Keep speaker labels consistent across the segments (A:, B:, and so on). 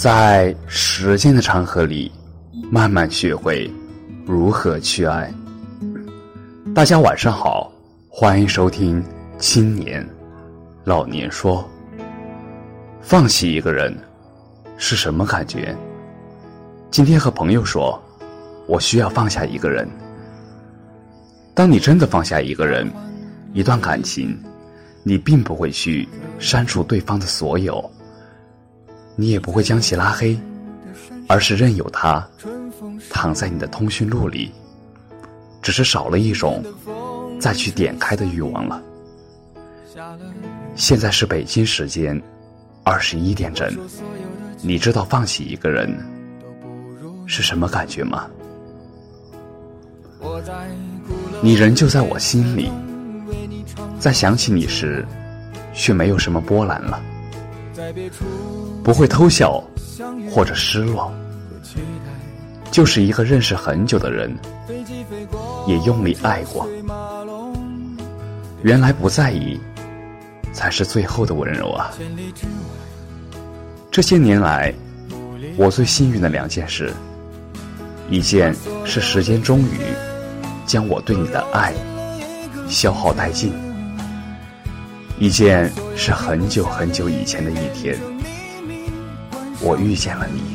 A: 在时间的长河里，慢慢学会如何去爱。大家晚上好，欢迎收听青年老年说。放弃一个人是什么感觉？今天和朋友说，我需要放下一个人。当你真的放下一个人，一段感情，你并不会去删除对方的所有，你也不会将其拉黑，而是任由它躺在你的通讯录里，只是少了一种再去点开的欲望了。现在是北京时间21点整，你知道放弃一个人是什么感觉吗？你人就在我心里，在想起你时却没有什么波澜了，不会偷笑或者失落，就是一个认识很久的人也用力爱过。原来不在意才是最后的温柔啊。这些年来我最幸运的2件事，一件是时间终于将我对你的爱消耗殆尽，一件是很久很久以前的一天，我遇见了你。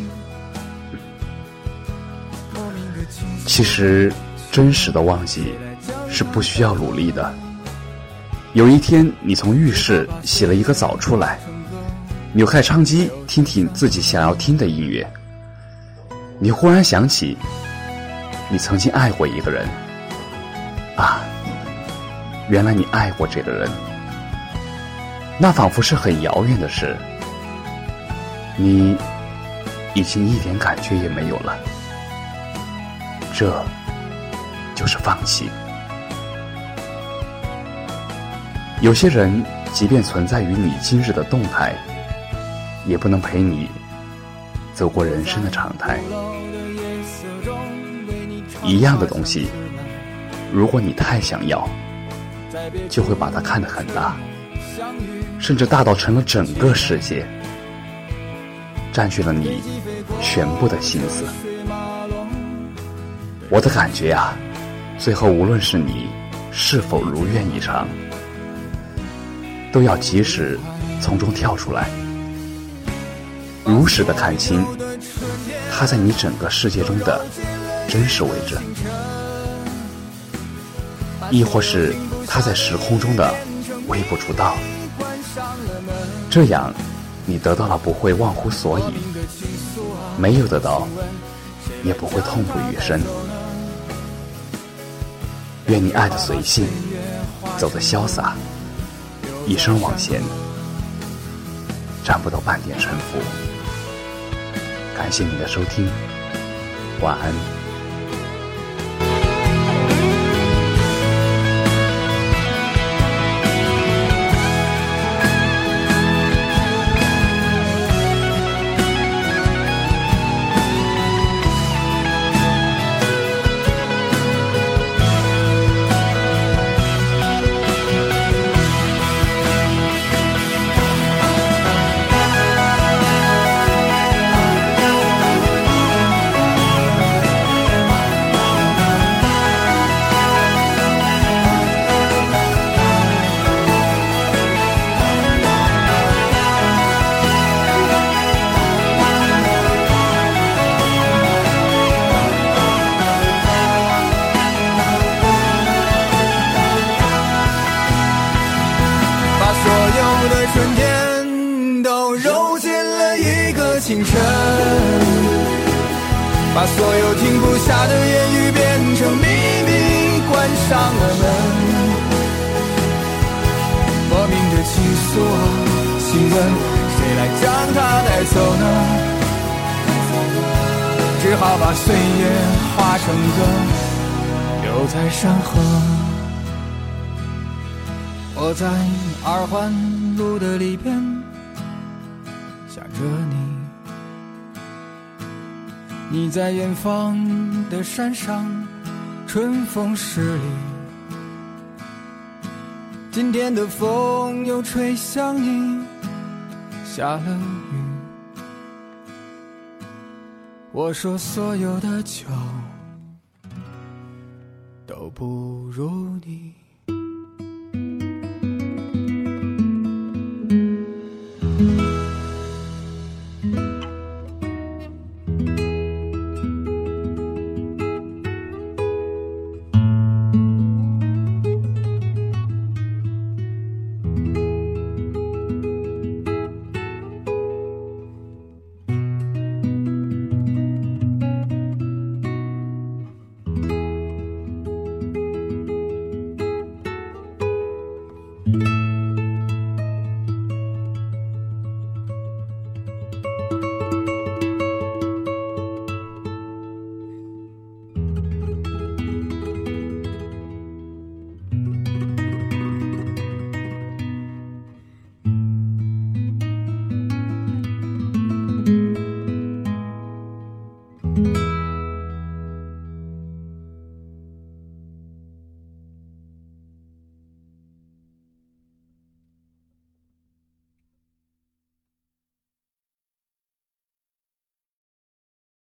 A: 其实真实的忘记是不需要努力的。有一天你从浴室洗了一个澡出来，扭开唱机听听自己想要听的音乐，你忽然想起你曾经爱过一个人啊，原来你爱过这个人。那仿佛是很遥远的事，你已经一点感觉也没有了。这就是放弃。有些人即便存在于你今日的动态，也不能陪你走过人生的常态。一样的东西，如果你太想要，就会把它看得很大，甚至大到成了整个世界，占据了你全部的心思。我的感觉啊，最后无论是你是否如愿以偿，都要及时从中跳出来，如实的看清它在你整个世界中的真实位置，亦或是它在时空中的微不足道。这样你得到了不会忘乎所以，没有得到也不会痛不欲生。愿你爱得随性，走得潇洒，一生往前，占不到半点城府。感谢你的收听，晚安。
B: 春天都揉进了一个清晨，把所有停不下的言语变成秘密，关上了门。莫名的情愫啊，请问谁来将它带走呢？只好把岁月化成歌，留在山河。我在二环路的里边想着你，你在远方的山上，春风十里。今天的风又吹向你，下了雨。 我说所有的酒都不如你。